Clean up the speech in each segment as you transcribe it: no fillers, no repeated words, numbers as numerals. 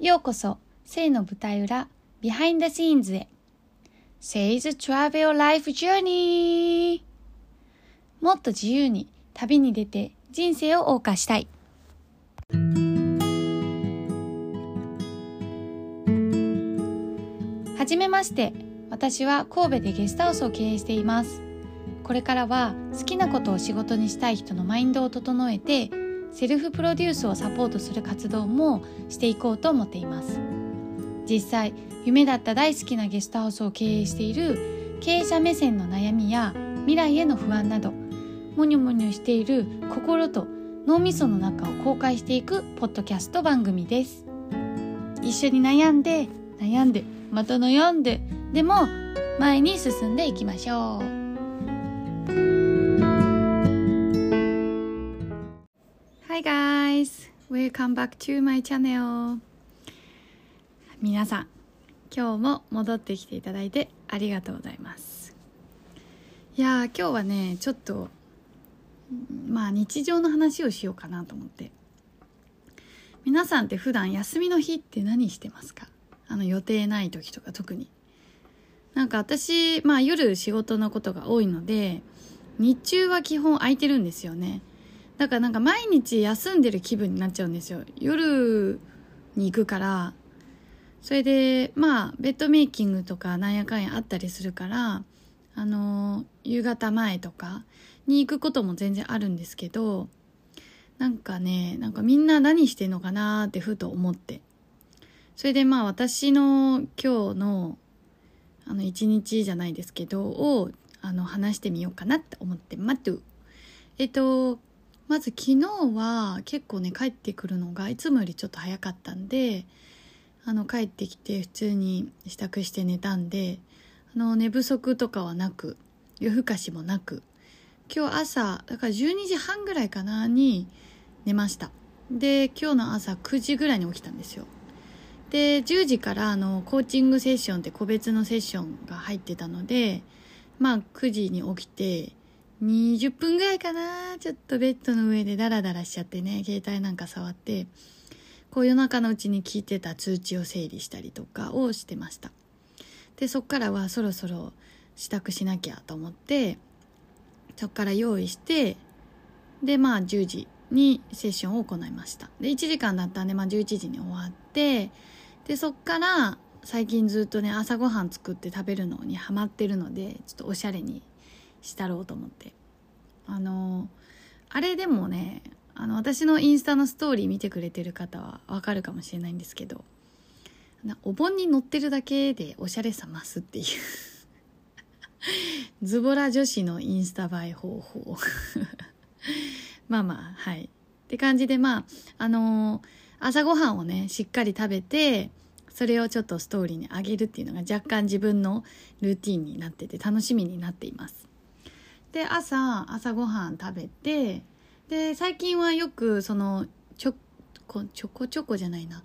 ようこそ性の舞台裏ビハインドシーンズへ。Say's Travel Life Journey。もっと自由に旅に出て人生を謳歌したい。はじめまして。私は神戸でゲストハウスを経営しています。これからは好きなことを仕事にしたい人のマインドを整えてセルフプロデュースをサポートする活動もしていこうと思っています。実際夢だった大好きなゲストハウスを経営している経営者目線の悩みや未来への不安など、モニョモニョしている心と脳みその中を公開していくポッドキャスト番組です。一緒に悩んでまた悩んで、でも前に進んでいきましょう。Hi guys, welcome back to my channel。 皆さん、今日も戻ってきていただいてありがとうございます。いや今日はね、ちょっと日常の話をしようかなと思って。皆さんって普段休みの日って何してますか？予定ない時とか特に。私、夜仕事のことが多いので、日中は基本空いてるんですよね。だから毎日休んでる気分になっちゃうんですよ。夜に行くから。それでベッドメイキングとかなんやかんやあったりするから、夕方前とかに行くことも全然あるんですけど、みんな何してんのかなってふと思って、それで私の今日の一日じゃないですけどを話してみようかなって思ってます。まず昨日は結構ね、帰ってくるのがいつもよりちょっと早かったんで、帰ってきて普通に支度して寝たんで、寝不足とかはなく、夜更かしもなく、今日朝だから12時半ぐらいかなに寝ました。で今日の朝9時ぐらいに起きたんですよ。で10時からコーチングセッションって個別のセッションが入ってたので、9時に起きて20分ぐらいかな、ちょっとベッドの上でダラダラしちゃってね、携帯触って夜中のうちに聞いてた通知を整理したりとかをしてました。でそっからはそろそろ支度しなきゃと思って、そっから用意して、で10時にセッションを行いました。で1時間だったんで11時に終わって、でそっから最近ずっとね、朝ごはん作って食べるのにハマってるので、ちょっとおしゃれにしたろうと思って、あれでもね、私のインスタのストーリー見てくれてる方はわかるかもしれないんですけど、お盆に乗ってるだけでおしゃれさ増すっていうズボラ女子のインスタ映え方法はいって感じで、朝ごはんをねしっかり食べて、それをちょっとストーリーに上げるっていうのが若干自分のルーティンになってて楽しみになっています。で朝ごはん食べて、で最近はよくちょこちょこじゃないな、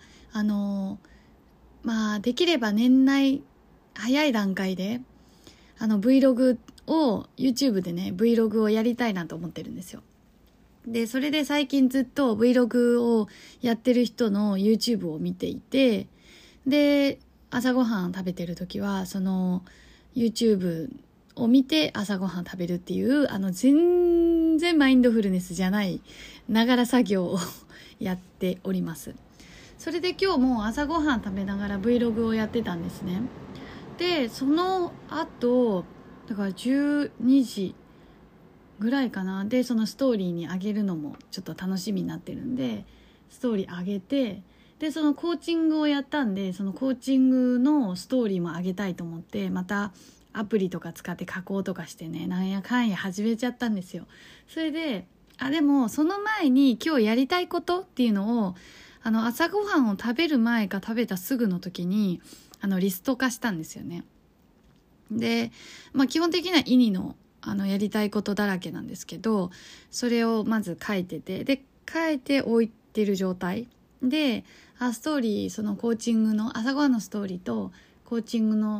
できれば年内早い段階でVlog を YouTube でね Vlog をやりたいなと思ってるんですよ。でそれで最近ずっと Vlog をやってる人の YouTube を見ていて、で朝ごはん食べてる時はYouTube を見て朝ごはん食べるっていう全然マインドフルネスじゃないながら作業をやっております。それで今日も朝ごはん食べながら Vlog をやってたんですね。でその後だから12時ぐらいかなで、そのストーリーに上げるのもちょっと楽しみになってるんで、ストーリー上げて、でそのコーチングをやったんで、そのコーチングのストーリーも上げたいと思って、またアプリとか使って加工とかしてね、なんやかんや始めちゃったんですよ。それででもその前に今日やりたいことっていうのを朝ごはんを食べる前か食べたすぐの時にリスト化したんですよね。で、基本的には意味のやりたいことだらけなんですけど、それをまず書いてて、で書いておいてる状態で、ストーリー、そのコーチングの朝ごはんのストーリーとコーチングの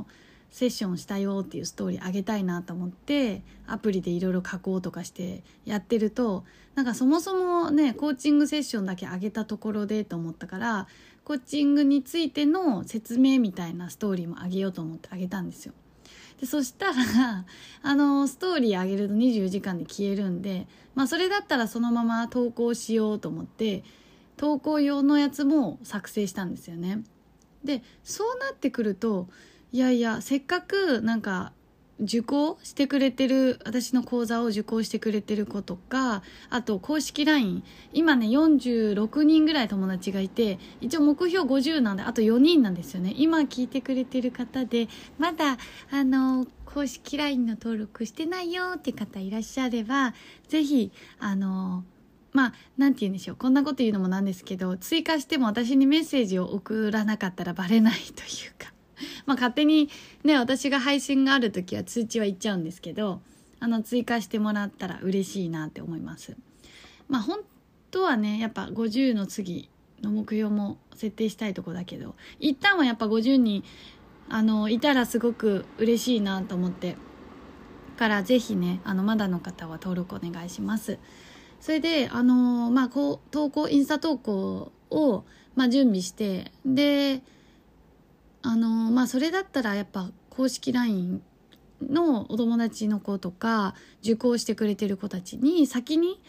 セッションしたよっていうストーリーあげたいなと思ってアプリでいろいろ加工とかしてやってると、なんかそもそもねコーチングセッションだけあげたところでと思ったから、コーチングについての説明みたいなストーリーもあげようと思ってあげたんですよ。でそしたらストーリーあげると24時間で消えるんで、それだったらそのまま投稿しようと思って投稿用のやつも作成したんですよね。でそうなってくると、いやいやせっかくなんか受講してくれてる、私の講座を受講してくれてる子とか、あと公式 LINE 今ね46人ぐらい友達がいて、一応目標50なんであと4人なんですよね。今聞いてくれてる方でまだ公式 LINE の登録してないよって方いらっしゃれば、ぜひなんて言うんでしょう、こんなこと言うのもなんですけど、追加しても私にメッセージを送らなかったらバレないというか勝手にね、私が配信があるときは通知は行っちゃうんですけど、追加してもらったら嬉しいなって思います。本当はねやっぱ50の次の目標も設定したいとこだけど、一旦はやっぱ50人いたらすごく嬉しいなと思ってからぜひねまだの方は登録お願いします。それでインスタ投稿を準備して、でそれだったらやっぱ公式 LINE のお友達の子とか受講してくれてる子たちに先に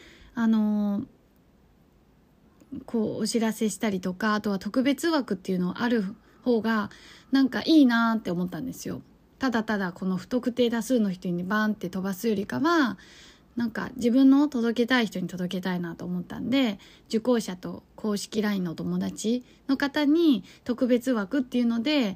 お知らせしたりとか、あとは特別枠っていうのある方がなんかいいなって思ったんですよ。ただただこの不特定多数の人にバーンって飛ばすよりかは、なんか自分の届けたい人に届けたいなと思ったんで、受講者と公式 LINE のお友達の方に特別枠っていうので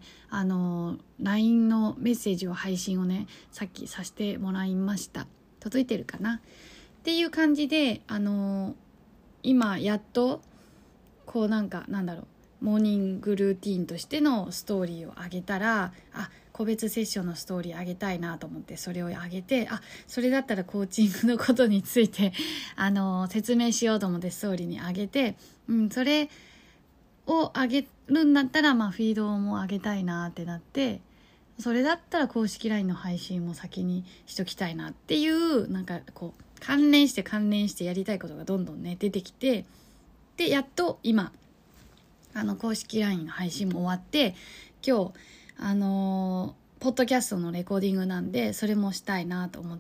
LINE のメッセージを配信をねさっきさせてもらいました。届いてるかなっていう感じで今やっとモーニングルーティーンとしてのストーリーを上げたら、個別セッションのストーリー上げたいなと思ってそれを上げて、それだったらコーチングのことについて説明しようと思ってストーリーに上げて、それを上げるんだったらフィードも上げたいなってなって、それだったら公式 LINE の配信も先にしときたいなっていう、関連してやりたいことがどんどんね出てきて、でやっと今公式 LINE の配信も終わって、今日ポッドキャストのレコーディングなんでそれもしたいなと思って、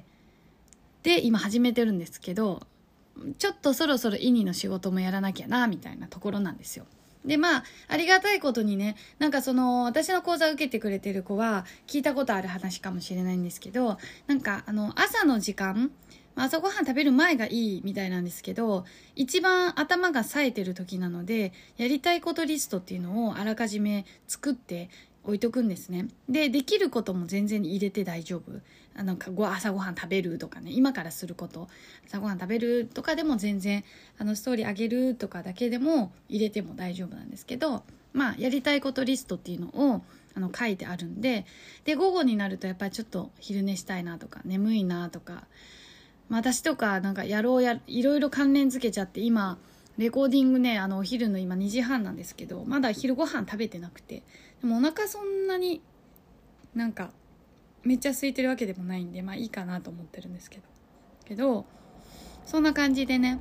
で今始めてるんですけど、ちょっとそろそろイニの仕事もやらなきゃなみたいなところなんですよ。でありがたいことにね、私の講座を受けてくれてる子は聞いたことある話かもしれないんですけど、朝の時間、朝ごはん食べる前がいいみたいなんですけど、一番頭が冴えてる時なので、やりたいことリストっていうのをあらかじめ作って置いとくんですね。できることも全然入れて大丈夫。朝ごはん食べるとかね、今からすること、朝ごはん食べるとかでも全然ストーリーあげるとかだけでも入れても大丈夫なんですけど、やりたいことリストっていうのを書いてあるんで、午後になるとやっぱりちょっと昼寝したいなとか眠いなとか、私とかいろいろ関連付けちゃって、今レコーディングねお昼の今2時半なんですけど、まだ昼ご飯食べてなくて、でもお腹そんなにめっちゃ空いてるわけでもないんでいいかなと思ってるんですけどそんな感じでね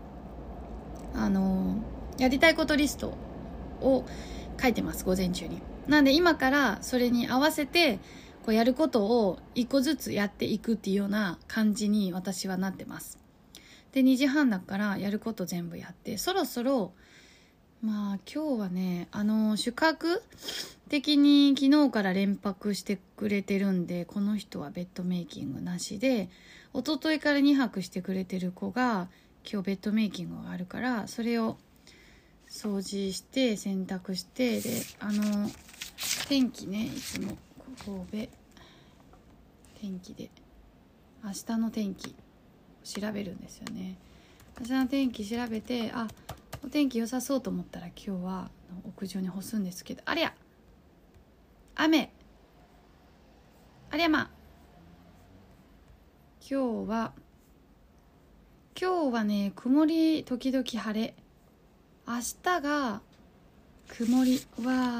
やりたいことリストを書いてます、午前中に。なんで今からそれに合わせてやることを一個ずつやっていくっていうような感じに私はなってます。で2時半だからやること全部やって、そろそろ今日はね宿泊的に昨日から連泊してくれてるんで、この人はベッドメイキングなしで、一昨日から2泊してくれてる子が今日ベッドメイキングがあるから、それを掃除して洗濯して、で天気ね、いつも神戸天気で明日の天気調べるんですよね。明日の天気調べて、お天気良さそうと思ったら今日は屋上に干すんですけど、ありゃ雨、ありゃ今日はね曇り時々晴れ。明日が曇りは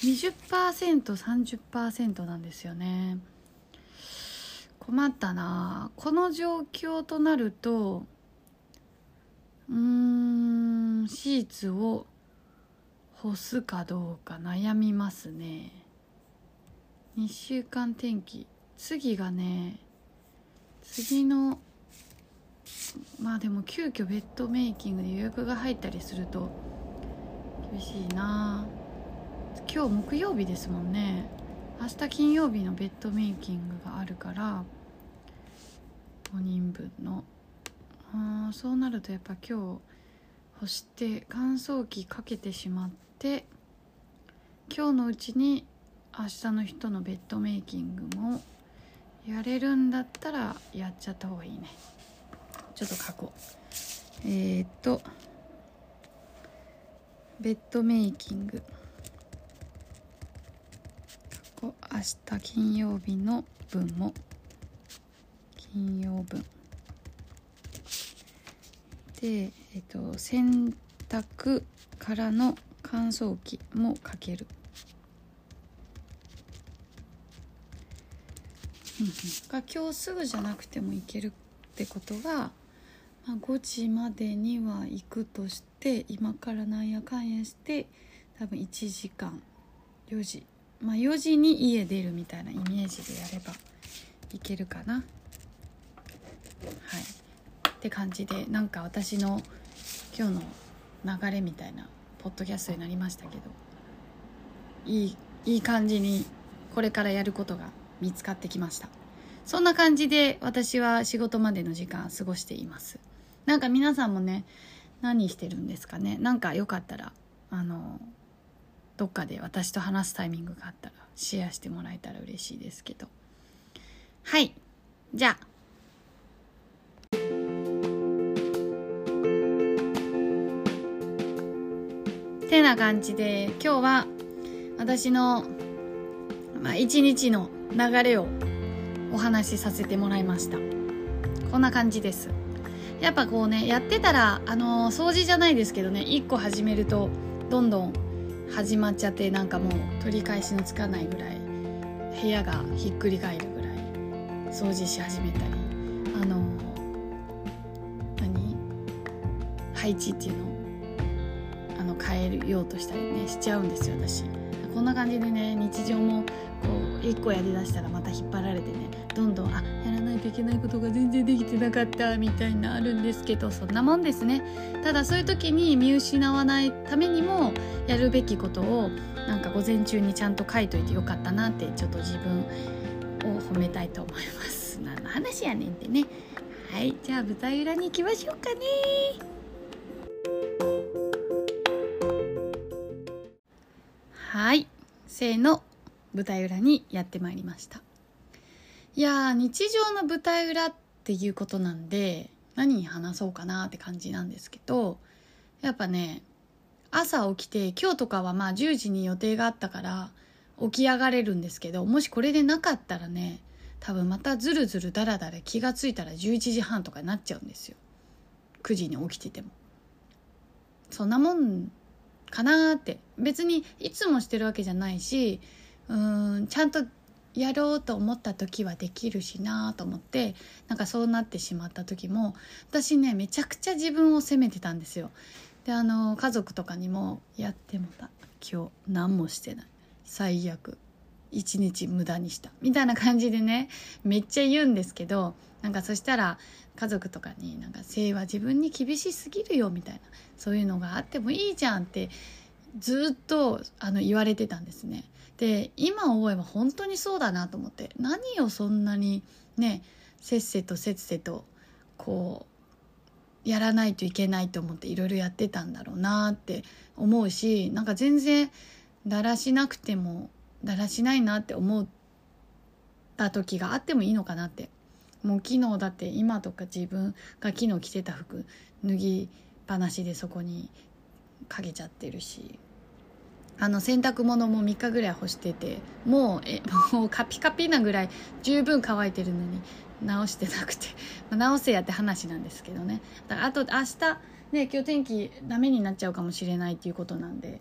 20%、30% なんですよね。困ったな。この状況となるとシーツを干すかどうか悩みますね。2週間天気、次がね、次のまあでも急遽ベッドメイキングで予約が入ったりすると厳しいな。今日木曜日ですもんね。明日金曜日のベッドメイキングがあるから5人分のそうなるとやっぱ今日干して乾燥機かけてしまって、今日のうちに明日の人のベッドメイキングもやれるんだったらやっちゃった方がいいね。ちょっと書こう。ベッドメイキング明日金曜日の分も金曜分で、洗濯からの乾燥機もかける。今日すぐじゃなくてもいけるってことが、5時までには行くとして、今からなんやかんやして多分1時間4時、4時に家出るみたいなイメージでやればいけるかな。はいって感じで、なんか私の今日の流れみたいなポッドキャストになりましたけど、いい感じにこれからやることが見つかってきました。そんな感じで私は仕事までの時間過ごしています。なんか皆さんもね、何してるんですかね。なんかよかったらどっかで私と話すタイミングがあったらシェアしてもらえたら嬉しいですけど。はい、じゃあてな感じで今日は私の一日の流れをお話しさせてもらいました。こんな感じです。やっぱこうね、やってたら掃除じゃないですけどね、1個始めるとどんどん始まっちゃって、なんかもう取り返しのつかないぐらい部屋がひっくり返るぐらい掃除し始めたり、配置っていうのを変えようとしたりねしちゃうんですよ私。こんな感じでね、日常もこう1個やりだしたらまた引っ張られてね、どんどんやらないといけないことが全然できてなかったみたいなあるんですけど、そんなもんですね。ただそういう時に見失わないためにもやるべきことをなんか午前中にちゃんと書いといてよかったなって、ちょっと自分を褒めたいと思います。何の話やねんってね。はい、じゃあ舞台裏に行きましょうかね。はい、せーの、舞台裏にやってまいりました。いやー、日常の舞台裏っていうことなんで何話そうかなって感じなんですけど、やっぱね、朝起きて、今日とかは10時に予定があったから起き上がれるんですけど、もしこれでなかったらね、多分またずるずるだらだら気がついたら11時半とかになっちゃうんですよ。9時に起きててもそんなもんかなって。別にいつもしてるわけじゃないし、ちゃんとやろうと思った時はできるしなと思って、なんかそうなってしまった時も私ね、めちゃくちゃ自分を責めてたんですよ。で家族とかにもやってもた、今日何もしてない、最悪一日無駄にしたみたいな感じでね、めっちゃ言うんですけど、なんかそしたら家族とかになんか性は自分に厳しすぎるよみたいな、そういうのがあってもいいじゃんってずっと言われてたんですね。で今思えば本当にそうだなと思って、何をそんなにねせっせとこうやらないといけないと思っていろいろやってたんだろうなって思うし、なんか全然だらしなくてもだらしないなって思った時があってもいいのかなって。もう昨日だって今とか自分が昨日着てた服脱ぎっぱなしでそこにかけちゃってるし、洗濯物も3日ぐらい干してて、もうカピカピなぐらい十分乾いてるのに直してなくて、直せやって話なんですけどね。だからあと明日ね、今日天気ダメになっちゃうかもしれないっていうことなんで、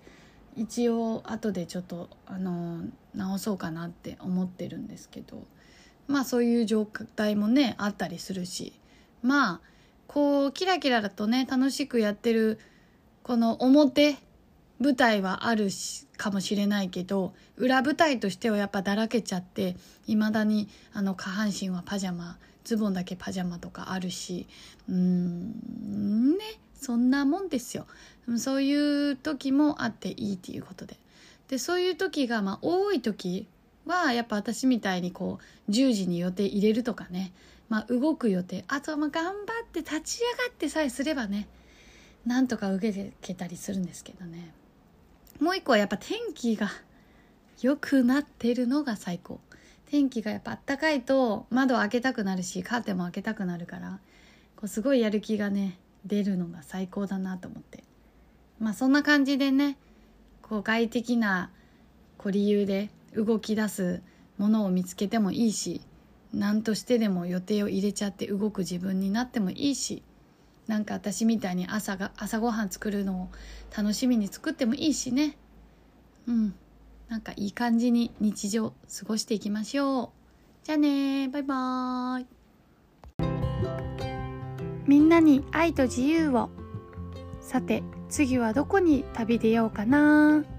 一応後でちょっと直そうかなって思ってるんですけど、まあそういう状態もねあったりするし、まあこうキラキラだとね楽しくやってるこの表舞台はあるかもしれないけど、裏舞台としてはやっぱだらけちゃって、いまだに下半身はパジャマ、ズボンだけパジャマとかあるし、ね、そんなもんですよ。そういう時もあっていいっていうことで、そういう時が多い時はやっぱ私みたいにこう10時に予定入れるとかね、動く予定、あとは頑張って立ち上がってさえすればね、なんとか受けたりするんですけどね。もう一個はやっぱ天気が良くなってるのが最高。天気がやっぱあったかいと窓を開けたくなるし、カーテンも開けたくなるから、こうすごいやる気がね出るのが最高だなと思って、そんな感じでね、こう外的なこう理由で動き出すものを見つけてもいいし、何としてでも予定を入れちゃって動く自分になってもいいし、なんか私みたいに朝ごはん作るのを楽しみに作ってもいいしね。なんかいい感じに日常過ごしていきましょう。じゃあね、バイバーイ。みんなに愛と自由を。さて次はどこに旅出ようかな。